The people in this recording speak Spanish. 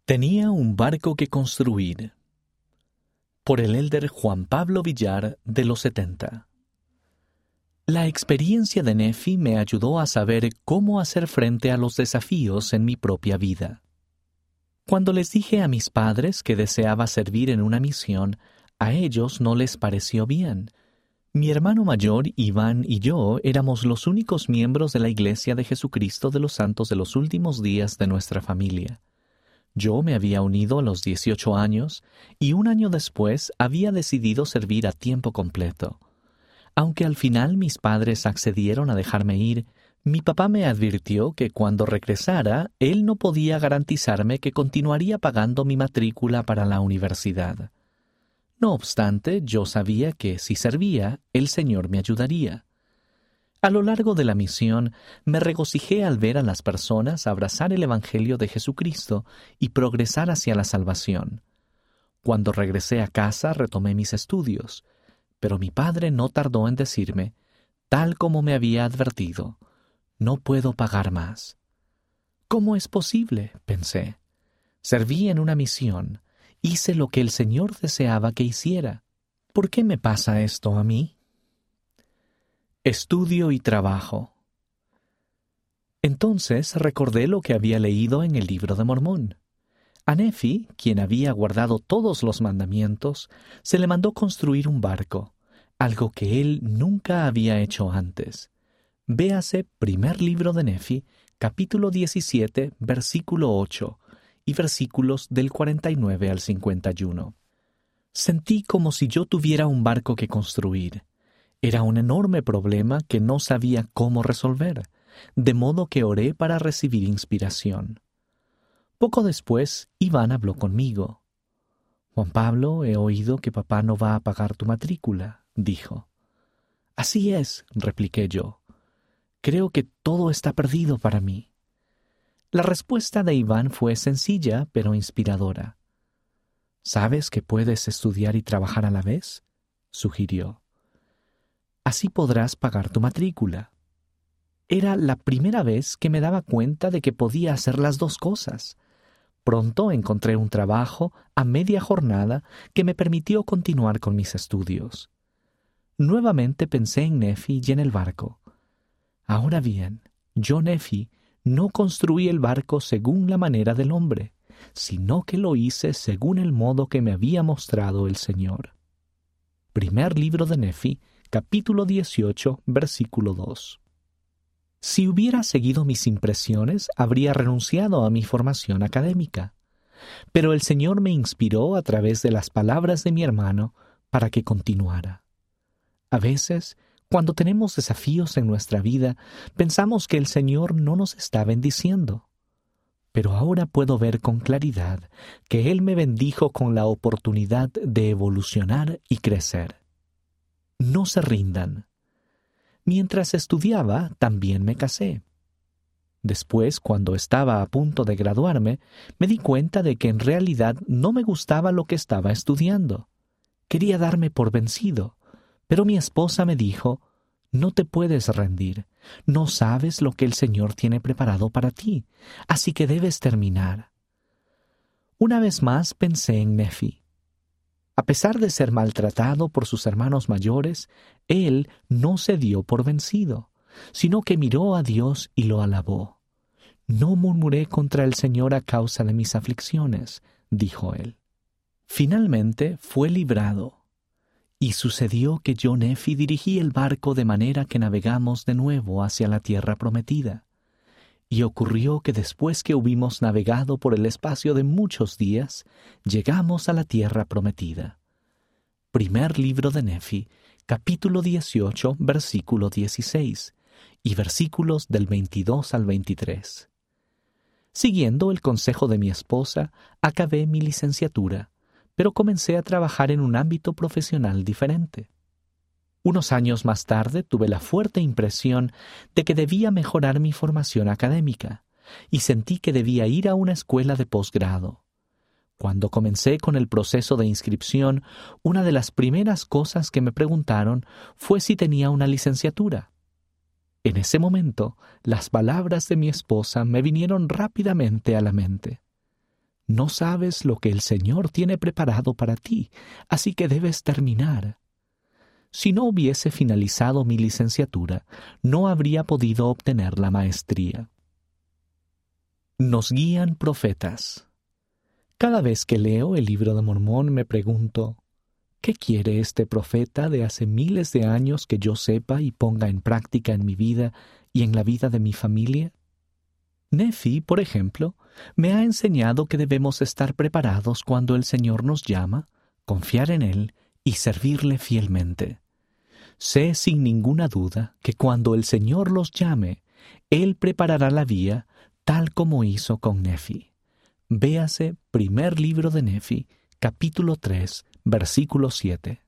Tenía un barco que construir. Por el elder Juan Pablo Villar, de los 70. La experiencia de Nefi me ayudó a saber cómo hacer frente a los desafíos en mi propia vida. Cuando les dije a mis padres que deseaba servir en una misión, a ellos no les pareció bien. Mi hermano mayor, Iván, y yo éramos los únicos miembros de la Iglesia de Jesucristo de los Santos de los Últimos Días de nuestra familia. Yo me había unido a los 18 años y un año después había decidido servir a tiempo completo. Aunque al final mis padres accedieron a dejarme ir, mi papá me advirtió que cuando regresara, él no podía garantizarme que continuaría pagando mi matrícula para la universidad. No obstante, yo sabía que si servía, el Señor me ayudaría. A lo largo de la misión, me regocijé al ver a las personas abrazar el Evangelio de Jesucristo y progresar hacia la salvación. Cuando regresé a casa, retomé mis estudios, pero mi padre no tardó en decirme, tal como me había advertido, «No puedo pagar más». «¿Cómo es posible?», pensé. Serví en una misión, hice lo que el Señor deseaba que hiciera. ¿Por qué me pasa esto a mí? Estudio y trabajo. Entonces recordé lo que había leído en el Libro de Mormón. A Nefi, quien había guardado todos los mandamientos, se le mandó construir un barco, algo que él nunca había hecho antes. Véase Primer Libro de Nefi, capítulo 17, versículo 8, y versículos del 49 al 51. Sentí como si yo tuviera un barco que construir. Era un enorme problema que no sabía cómo resolver, de modo que oré para recibir inspiración. Poco después, Iván habló conmigo. «Juan Pablo, he oído que papá no va a pagar tu matrícula», dijo. «Así es», repliqué yo. «Creo que todo está perdido para mí». La respuesta de Iván fue sencilla, pero inspiradora. «¿Sabes que puedes estudiar y trabajar a la vez?», sugirió. «Así podrás pagar tu matrícula». Era la primera vez que me daba cuenta de que podía hacer las dos cosas. Pronto encontré un trabajo a media jornada que me permitió continuar con mis estudios. Nuevamente pensé en Nefi y en el barco. Ahora bien, yo, Nefi, no construí el barco según la manera del hombre, sino que lo hice según el modo que me había mostrado el Señor. Primer Libro de Nefi, capítulo 18, versículo 2. Si hubiera seguido mis impresiones, habría renunciado a mi formación académica. Pero el Señor me inspiró a través de las palabras de mi hermano para que continuara. A veces, cuando tenemos desafíos en nuestra vida, pensamos que el Señor no nos está bendiciendo. Pero ahora puedo ver con claridad que Él me bendijo con la oportunidad de evolucionar y crecer. No se rindan. Mientras estudiaba, también me casé. Después, cuando estaba a punto de graduarme, me di cuenta de que en realidad no me gustaba lo que estaba estudiando. Quería darme por vencido, pero mi esposa me dijo, «No te puedes rendir. No sabes lo que el Señor tiene preparado para ti, así que debes terminar». Una vez más pensé en Nefi. A pesar de ser maltratado por sus hermanos mayores, él no se dio por vencido, sino que miró a Dios y lo alabó. «No murmuré contra el Señor a causa de mis aflicciones», dijo él. Finalmente fue librado. Y sucedió que yo, Nefi, dirigí el barco de manera que navegamos de nuevo hacia la tierra prometida. Y ocurrió que después que hubimos navegado por el espacio de muchos días, llegamos a la tierra prometida. Primer Libro de Nefi, capítulo 18, versículo 16, y versículos del 22 al 23. Siguiendo el consejo de mi esposa, acabé mi licenciatura, pero comencé a trabajar en un ámbito profesional diferente. Unos años más tarde tuve la fuerte impresión de que debía mejorar mi formación académica y sentí que debía ir a una escuela de posgrado. Cuando comencé con el proceso de inscripción, una de las primeras cosas que me preguntaron fue si tenía una licenciatura. En ese momento, las palabras de mi esposa me vinieron rápidamente a la mente. No sabes lo que el Señor tiene preparado para ti, así que debes terminar. Si no hubiese finalizado mi licenciatura, no habría podido obtener la maestría. Nos guían profetas. Cada vez que leo el libro de Mormón me pregunto, ¿qué quiere este profeta de hace miles de años que yo sepa y ponga en práctica en mi vida y en la vida de mi familia? Nefi, por ejemplo, me ha enseñado que debemos estar preparados cuando el Señor nos llama, confiar en Él y servirle fielmente. Sé sin ninguna duda que cuando el Señor los llame, Él preparará la vía tal como hizo con Nefi. Véase Primer Libro de Nefi, capítulo 3, versículo 7.